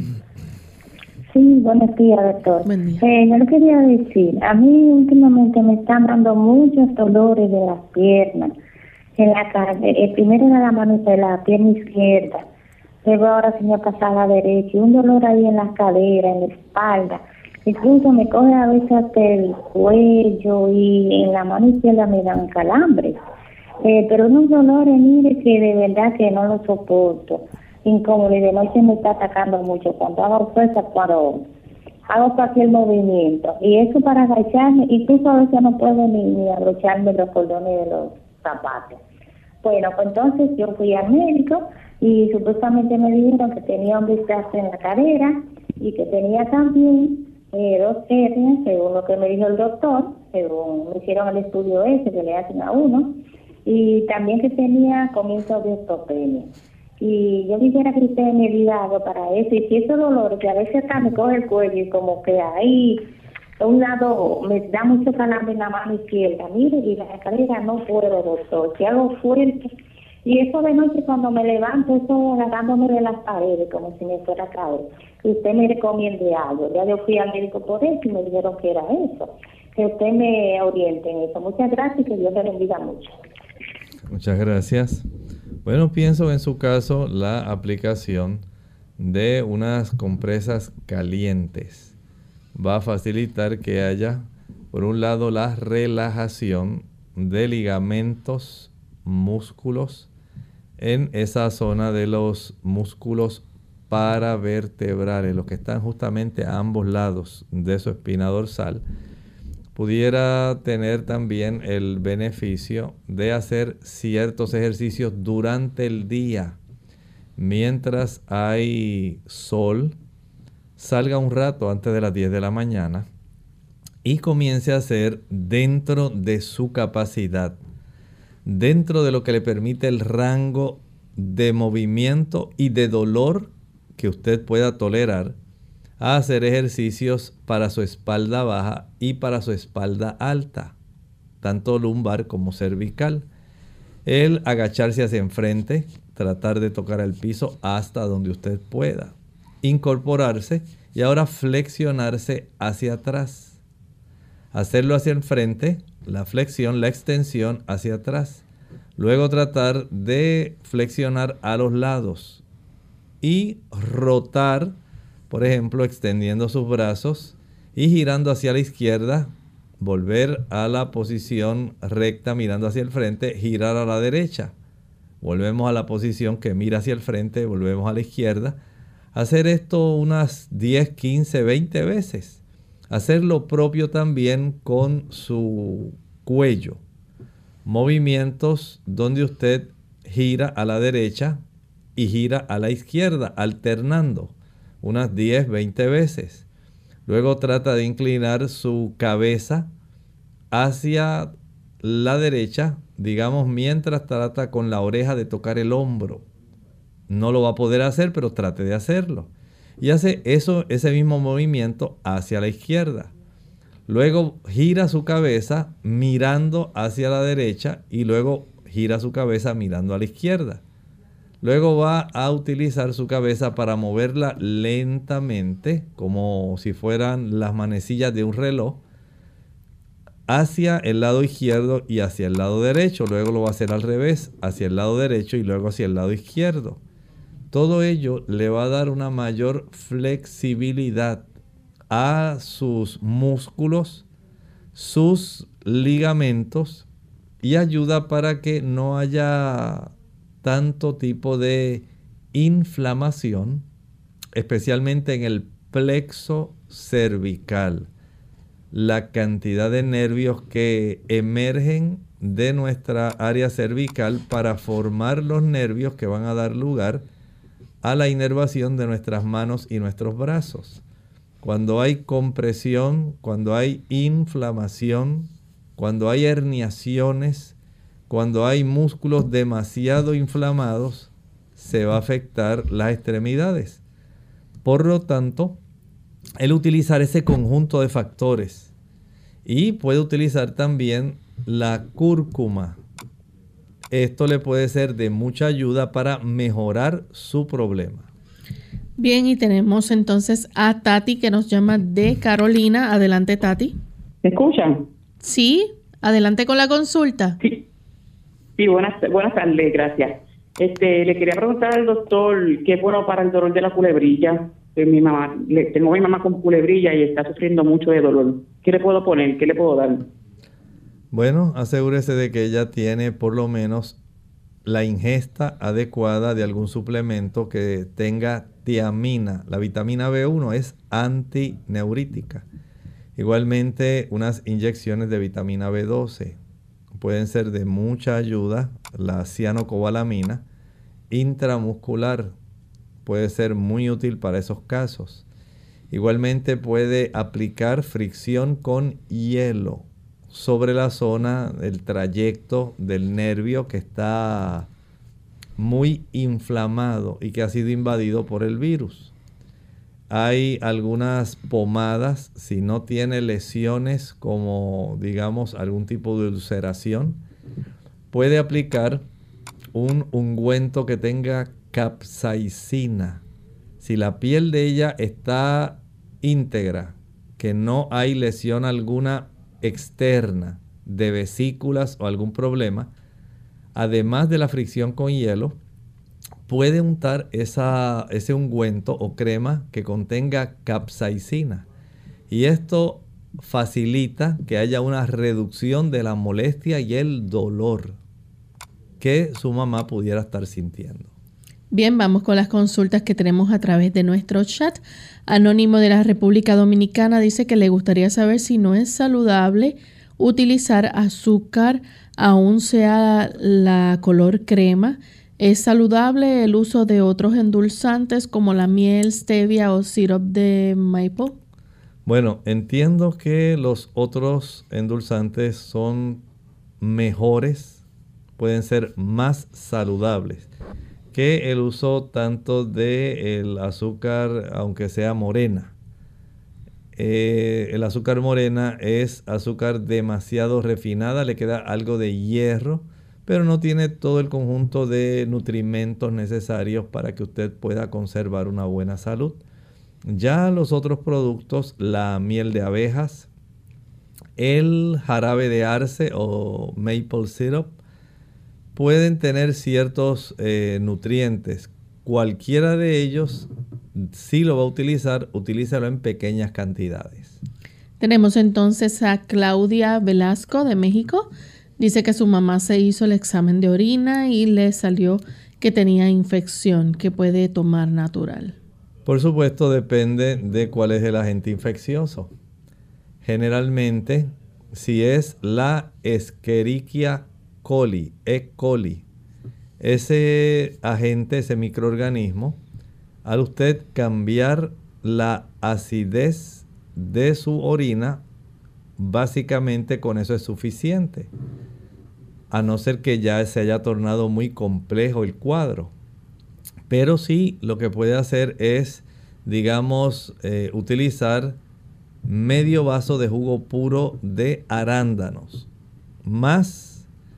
Sí, buenos días, doctor. Buen día. Eh, yo le quería decir, a mí últimamente me están dando muchos dolores de las piernas, en la cadera, el primero de la mano de la pierna izquierda, luego ahora se me ha pasado a la derecha, y un dolor ahí en la cadera, en la espalda, incluso me coge a veces hasta el cuello y en la mano izquierda me dan calambres, eh, pero unos dolores, mire, que de verdad que no los soporto. Incómodo, y de noche me está atacando mucho cuando hago fuerza, cuando hago cualquier movimiento, y eso para agacharme, incluso a veces no puedo ni, ni abrocharme los cordones de los zapatos. Bueno, pues entonces yo fui al médico y supuestamente me dijeron que tenía un desgaste en la cadera y que tenía también eh, dos hernias, según lo que me dijo el doctor, según me hicieron el estudio ese que le hacen a uno, y también que tenía comienzos de osteopenia. Y yo quisiera que usted me diga algo para eso. Y si ese dolor, que a veces hasta me coge el cuello y como que ahí, a un lado, me da mucho calambre en la mano izquierda. Mire, y la escalera no puedo, doctor. Si hago fuerte. Y eso de noche cuando me levanto, eso agarrándome de las paredes, como si me fuera a caer. Que usted me recomiende algo. Ya yo fui al médico por eso y me dijeron que era eso. Que usted me oriente en eso. Muchas gracias y que Dios le bendiga mucho. Muchas gracias. Bueno, pienso en su caso la aplicación de unas compresas calientes. Va a facilitar que haya, por un lado, la relajación de ligamentos, músculos, en esa zona de los músculos paravertebrales, los que están justamente a ambos lados de su espina dorsal, pudiera tener también el beneficio de hacer ciertos ejercicios durante el día. Mientras hay sol, salga un rato antes de las diez de la mañana y comience a hacer dentro de su capacidad, dentro de lo que le permite el rango de movimiento y de dolor que usted pueda tolerar, a hacer ejercicios para su espalda baja y para su espalda alta, tanto lumbar como cervical. El agacharse hacia enfrente, tratar de tocar el piso hasta donde usted pueda, incorporarse y ahora flexionarse hacia atrás. Hacerlo hacia enfrente, la flexión, la extensión hacia atrás. Luego tratar de flexionar a los lados y rotar, por ejemplo, extendiendo sus brazos y girando hacia la izquierda, volver a la posición recta mirando hacia el frente, girar a la derecha. Volvemos a la posición que mira hacia el frente, volvemos a la izquierda. Hacer esto unas diez, quince, veinte veces. Hacer lo propio también con su cuello. Movimientos donde usted gira a la derecha y gira a la izquierda, alternando unas diez, veinte veces. Luego trata de inclinar su cabeza hacia la derecha, digamos, mientras trata con la oreja de tocar el hombro. No lo va a poder hacer, pero trate de hacerlo. Y hace eso, ese mismo movimiento hacia la izquierda. Luego gira su cabeza mirando hacia la derecha y luego gira su cabeza mirando a la izquierda. Luego va a utilizar su cabeza para moverla lentamente, como si fueran las manecillas de un reloj, hacia el lado izquierdo y hacia el lado derecho. Luego lo va a hacer al revés, hacia el lado derecho y luego hacia el lado izquierdo. Todo ello le va a dar una mayor flexibilidad a sus músculos, sus ligamentos, y ayuda para que no haya tanto tipo de inflamación, especialmente en el plexo cervical. La cantidad de nervios que emergen de nuestra área cervical para formar los nervios que van a dar lugar a la inervación de nuestras manos y nuestros brazos. Cuando hay compresión, cuando hay inflamación, cuando hay herniaciones, cuando hay músculos demasiado inflamados, se va a afectar las extremidades. Por lo tanto, el utilizar ese conjunto de factores, y puede utilizar también la cúrcuma. Esto le puede ser de mucha ayuda para mejorar su problema. Bien, y tenemos entonces a Tati que nos llama de Carolina. Adelante, Tati. ¿Me escuchan? Sí, adelante con la consulta. Sí, sí buenas, buenas tardes, gracias. Este, le quería preguntar al doctor qué es bueno para el dolor de la culebrilla. Que mi mamá, le, tengo a mi mamá con culebrilla y está sufriendo mucho de dolor. ¿Qué le puedo poner? ¿Qué le puedo dar? Bueno, asegúrese de que ella tiene por lo menos la ingesta adecuada de algún suplemento que tenga tiamina. La vitamina B uno es antineurítica. Igualmente, unas inyecciones de vitamina B doce pueden ser de mucha ayuda. La cianocobalamina intramuscular puede ser muy útil para esos casos. Igualmente puede aplicar fricción con hielo sobre la zona del trayecto del nervio que está muy inflamado y que ha sido invadido por el virus. Hay algunas pomadas, si no tiene lesiones como digamos algún tipo de ulceración, puede aplicar un ungüento que tenga capsaicina. Si la piel de ella está íntegra, que no hay lesión alguna externa de vesículas o algún problema, además de la fricción con hielo, puede untar esa, ese ungüento o crema que contenga capsaicina. Y esto facilita que haya una reducción de la molestia y el dolor que su mamá pudiera estar sintiendo. Bien, vamos con las consultas que tenemos a través de nuestro chat. Anónimo de la República Dominicana dice que le gustaría saber si no es saludable utilizar azúcar, aun sea la color crema. ¿Es saludable el uso de otros endulzantes como la miel, stevia o syrup de maple? Bueno, entiendo que los otros endulzantes son mejores, pueden ser más saludables que el uso tanto del azúcar, aunque sea morena. Eh, el azúcar morena es azúcar demasiado refinada, le queda algo de hierro, pero no tiene todo el conjunto de nutrimentos necesarios para que usted pueda conservar una buena salud. Ya los otros productos, la miel de abejas, el jarabe de arce o maple syrup, pueden tener ciertos eh, nutrientes. Cualquiera de ellos, si lo va a utilizar, utilízalo en pequeñas cantidades. Tenemos entonces a Claudia Velasco de México. Dice que su mamá se hizo el examen de orina y le salió que tenía infección, que puede tomar natural. Por supuesto, depende de cuál es el agente infeccioso. Generalmente, si es la Escherichia coli, E. coli, ese agente, ese microorganismo, al usted cambiar la acidez de su orina, básicamente con eso es suficiente, a no ser que ya se haya tornado muy complejo el cuadro. Pero sí, lo que puede hacer es, digamos, eh, utilizar medio vaso de jugo puro de arándanos, más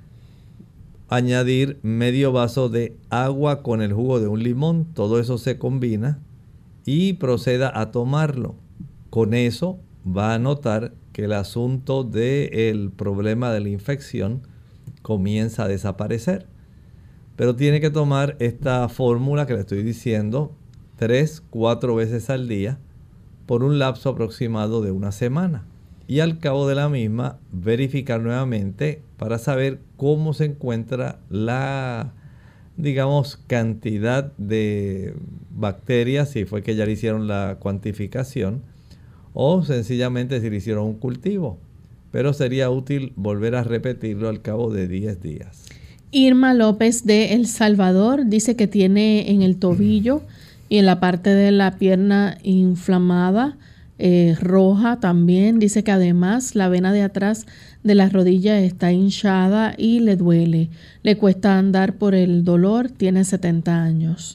añadir medio vaso de agua con el jugo de un limón. Todo eso se combina y proceda a tomarlo. Con eso va a notar que el asunto del problema de la infección comienza a desaparecer. Pero tiene que tomar esta fórmula que le estoy diciendo tres, cuatro veces al día por un lapso aproximado de una semana. Y al cabo de la misma, verificar nuevamente para saber cómo se encuentra la, digamos, cantidad de bacterias, si fue que ya le hicieron la cuantificación, o sencillamente si le hicieron un cultivo. Pero sería útil volver a repetirlo al cabo de diez días. Irma López de El Salvador dice que tiene en el tobillo y en la parte de la pierna inflamada, eh, roja también. Dice que además la vena de atrás de la rodilla está hinchada y le duele. Le cuesta andar por el dolor, tiene setenta años.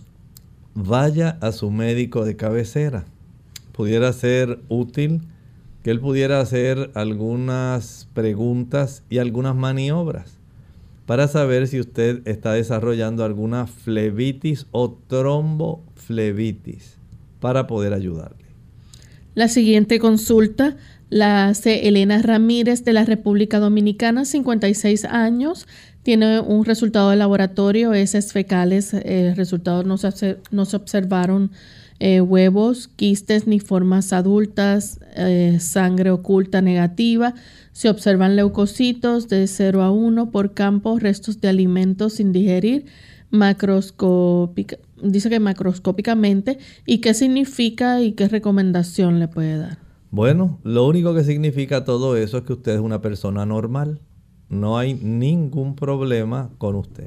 Vaya a su médico de cabecera. Pudiera ser útil que él pudiera hacer algunas preguntas y algunas maniobras para saber si usted está desarrollando alguna flebitis o tromboflebitis para poder ayudarle. La siguiente consulta la hace Elena Ramírez de la República Dominicana, cincuenta y seis años. Tiene un resultado de laboratorio, heces fecales. Eh, resultados no se, no se observaron eh, huevos, quistes ni formas adultas, eh, sangre oculta negativa. Se observan leucocitos de cero a uno por campo, restos de alimentos sin digerir, macroscópica, dice que macroscópicamente. ¿Y qué significa y qué recomendación le puede dar? Bueno, lo único que significa todo eso es que usted es una persona normal. No hay ningún problema con usted.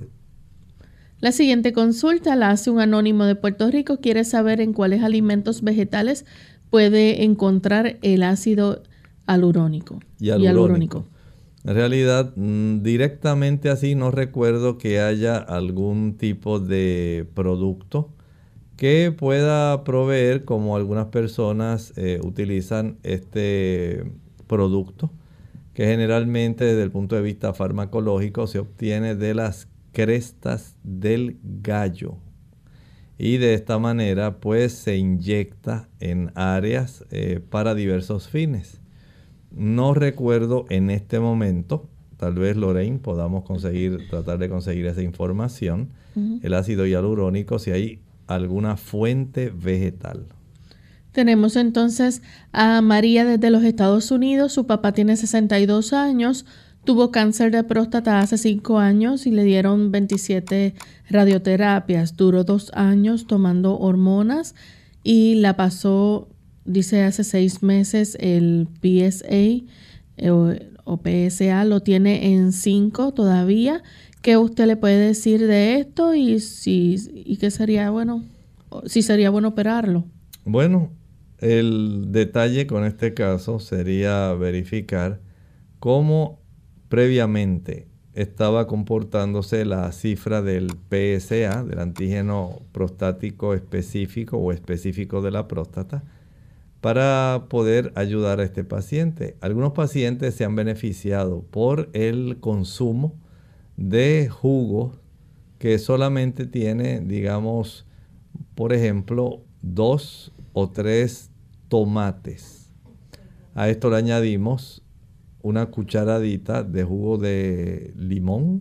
La siguiente consulta la hace un anónimo de Puerto Rico. Quiere saber en cuáles alimentos vegetales puede encontrar el ácido hialurónico. Y hialurónico. En realidad, directamente así no recuerdo que haya algún tipo de producto que pueda proveer, como algunas personas eh, utilizan este producto, que generalmente desde el punto de vista farmacológico se obtiene de las crestas del gallo. Y de esta manera pues se inyecta en áreas eh, para diversos fines. No recuerdo en este momento, tal vez Lorraine podamos conseguir, tratar de conseguir esa información, uh-huh. el ácido hialurónico, si hay alguna fuente vegetal. Tenemos entonces a María desde los Estados Unidos. Su papá tiene sesenta y dos años, tuvo cáncer de próstata hace cinco años y le dieron veintisiete radioterapias. Duró dos años tomando hormonas y la pasó, dice, hace seis meses el P S A eh, o, o P S A lo tiene en cinco todavía. ¿Qué usted le puede decir de esto y si y qué sería bueno, si sería bueno operarlo? Bueno, el detalle con este caso sería verificar cómo previamente estaba comportándose la cifra del P S A, del antígeno prostático específico o específico de la próstata, para poder ayudar a este paciente. Algunos pacientes se han beneficiado por el consumo de jugos que solamente tiene, digamos, por ejemplo, dos o tres tomates. A esto le añadimos una cucharadita de jugo de limón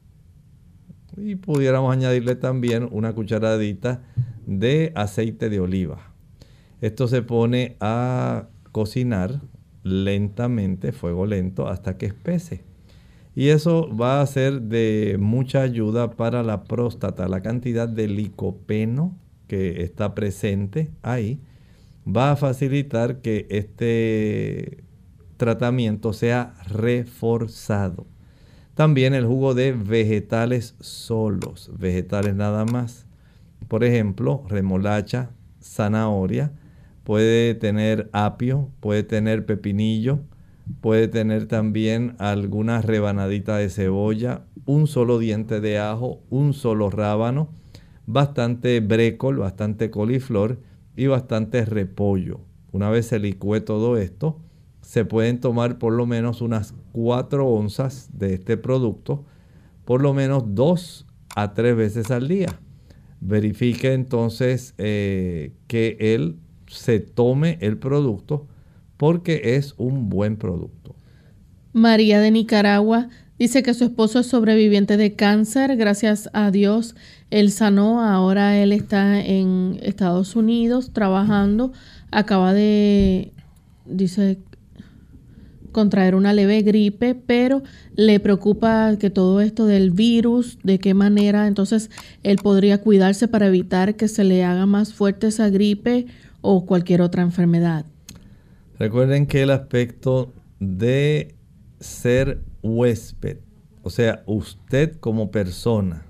y pudiéramos añadirle también una cucharadita de aceite de oliva. Esto se pone a cocinar lentamente, fuego lento, hasta que espese. Y eso va a ser de mucha ayuda para la próstata. La cantidad de licopeno que está presente ahí va a facilitar que este tratamiento sea reforzado. También el jugo de vegetales solos, vegetales nada más. Por ejemplo, remolacha, zanahoria, puede tener apio, puede tener pepinillo, puede tener también algunas rebanaditas de cebolla, un solo diente de ajo, un solo rábano, bastante brécol, bastante coliflor y bastante repollo. Una vez se licúe todo esto, se pueden tomar por lo menos unas cuatro onzas de este producto, por lo menos dos a tres veces al día. Verifique entonces eh, que él se tome el producto porque es un buen producto. María de Nicaragua dice que su esposo es sobreviviente de cáncer. Gracias a Dios, él sanó. Ahora él está en Estados Unidos trabajando. Acaba de, dice, contraer una leve gripe, pero le preocupa que todo esto del virus, de qué manera entonces él podría cuidarse para evitar que se le haga más fuerte esa gripe o cualquier otra enfermedad. Recuerden que el aspecto de ser huésped, o sea, usted como persona,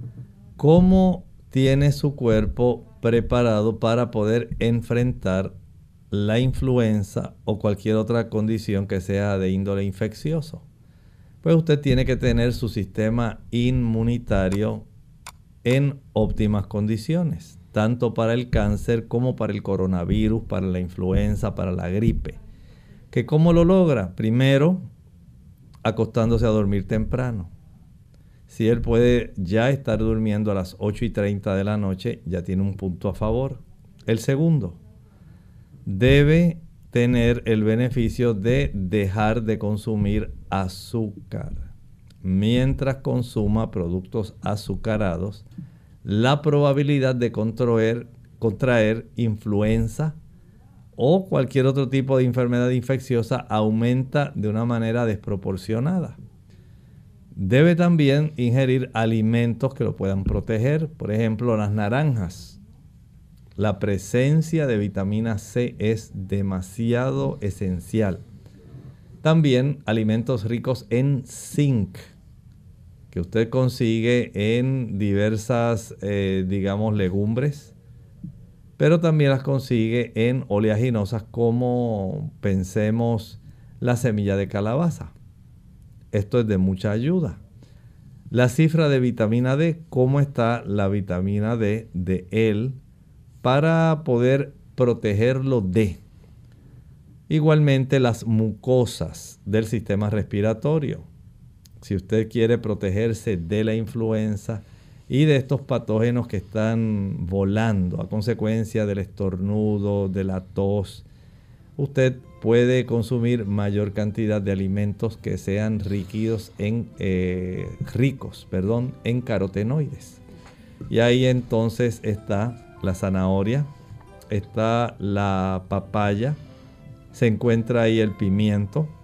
¿cómo tiene su cuerpo preparado para poder enfrentar la influenza o cualquier otra condición que sea de índole infeccioso? Pues usted tiene que tener su sistema inmunitario en óptimas condiciones, tanto para el cáncer como para el coronavirus, para la influenza, para la gripe. ¿Que cómo lo logra? Primero, acostándose a dormir temprano. Si él puede ya estar durmiendo a las ocho y treinta de la noche, ya tiene un punto a favor. El segundo, debe tener el beneficio de dejar de consumir azúcar. Mientras consuma productos azucarados, la probabilidad de contraer, contraer influenza o cualquier otro tipo de enfermedad infecciosa aumenta de una manera desproporcionada. Debe también ingerir alimentos que lo puedan proteger, por ejemplo, las naranjas. La presencia de vitamina C es demasiado esencial. También alimentos ricos en zinc, que usted consigue en diversas, eh, digamos, legumbres, pero también las consigue en oleaginosas como, pensemos, la semilla de calabaza. Esto es de mucha ayuda. La cifra de vitamina D, ¿cómo está la vitamina D de él para poder protegerlo de? Igualmente las mucosas del sistema respiratorio. Si usted quiere protegerse de la influenza y de estos patógenos que están volando a consecuencia del estornudo, de la tos, usted puede consumir mayor cantidad de alimentos que sean riquos en, eh, ricos perdón, en carotenoides. Y ahí entonces está la zanahoria, está la papaya, se encuentra ahí el pimiento,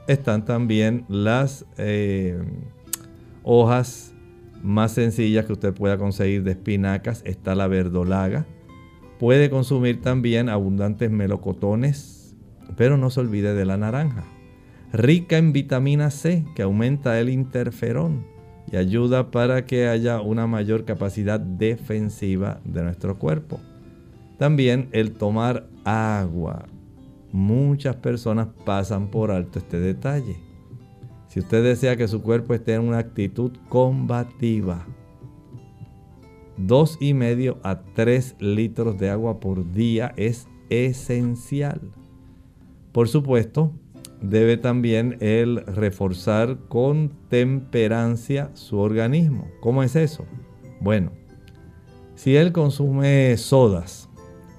están también las eh, hojas más sencillas que usted pueda conseguir de espinacas. Está la verdolaga. Puede consumir también abundantes melocotones, pero no se olvide de la naranja. Rica en vitamina C, que aumenta el interferón y ayuda para que haya una mayor capacidad defensiva de nuestro cuerpo. También el tomar agua. Muchas personas pasan por alto este detalle. Si usted desea que su cuerpo esté en una actitud combativa, dos y medio a tres litros de agua por día es esencial. Por supuesto, debe también él reforzar con temperancia su organismo. ¿Cómo es eso? Bueno, si él consume sodas,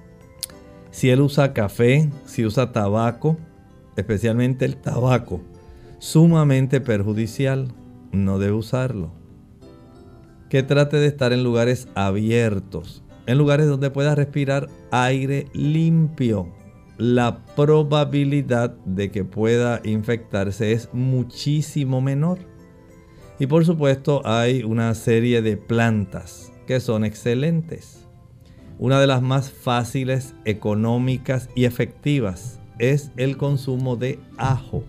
si él usa café, si usa tabaco, especialmente el tabaco, sumamente perjudicial, no debe usarlo. Que trate de estar en lugares abiertos, en lugares donde pueda respirar aire limpio. La probabilidad de que pueda infectarse es muchísimo menor. Y por supuesto hay una serie de plantas que son excelentes. Una de las más fáciles, económicas y efectivas es el consumo de ajo.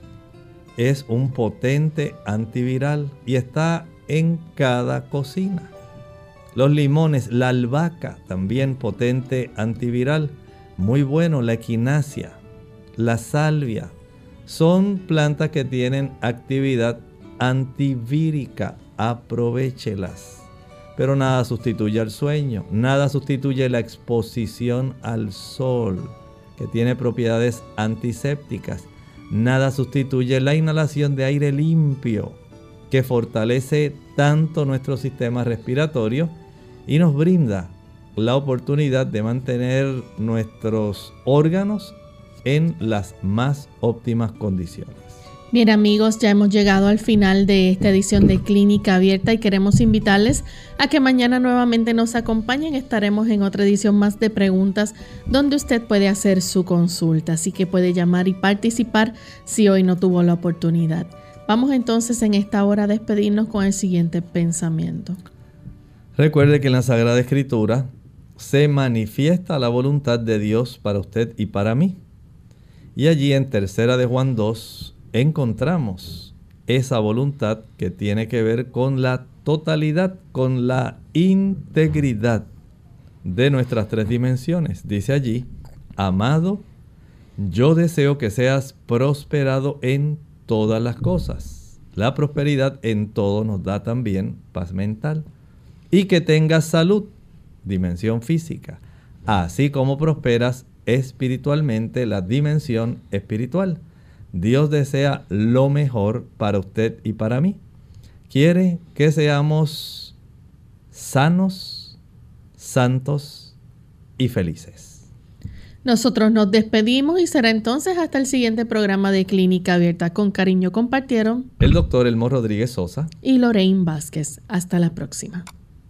Es un potente antiviral y está en cada cocina. Los limones, la albahaca, también potente antiviral. Muy bueno, la equinacia, la salvia. Son plantas que tienen actividad antivírica. Aprovéchelas. Pero nada sustituye al sueño, nada sustituye la exposición al sol, que tiene propiedades antisépticas. Nada sustituye la inhalación de aire limpio, que fortalece tanto nuestro sistema respiratorio y nos brinda la oportunidad de mantener nuestros órganos en las más óptimas condiciones. Bien amigos, ya hemos llegado al final de esta edición de Clínica Abierta y queremos invitarles a que mañana nuevamente nos acompañen. Estaremos en otra edición más de preguntas donde usted puede hacer su consulta, así que puede llamar y participar si hoy no tuvo la oportunidad. Vamos entonces en esta hora a despedirnos con el siguiente pensamiento. Recuerde que en la Sagrada Escritura se manifiesta la voluntad de Dios para usted y para mí. Y allí en Tercera de Juan dos encontramos esa voluntad que tiene que ver con la totalidad, con la integridad de nuestras tres dimensiones. Dice allí: amado, yo deseo que seas prosperado en todas las cosas. La prosperidad en todo nos da también paz mental. Y que tengas salud, dimensión física, así como prosperas espiritualmente, la dimensión espiritual. Dios desea lo mejor para usted y para mí. Quiere que seamos sanos, santos y felices. Nosotros nos despedimos y será entonces hasta el siguiente programa de Clínica Abierta. Con cariño compartieron el doctor Elmo Rodríguez Sosa y Lorraine Vázquez. Hasta la próxima.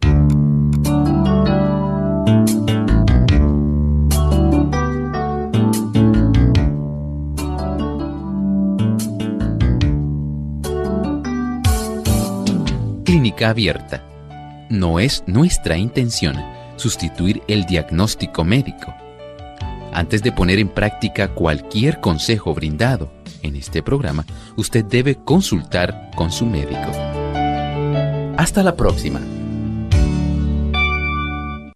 Clínica Abierta. No es nuestra intención sustituir el diagnóstico médico. Antes de poner en práctica cualquier consejo brindado en este programa, usted debe consultar con su médico. Hasta la próxima.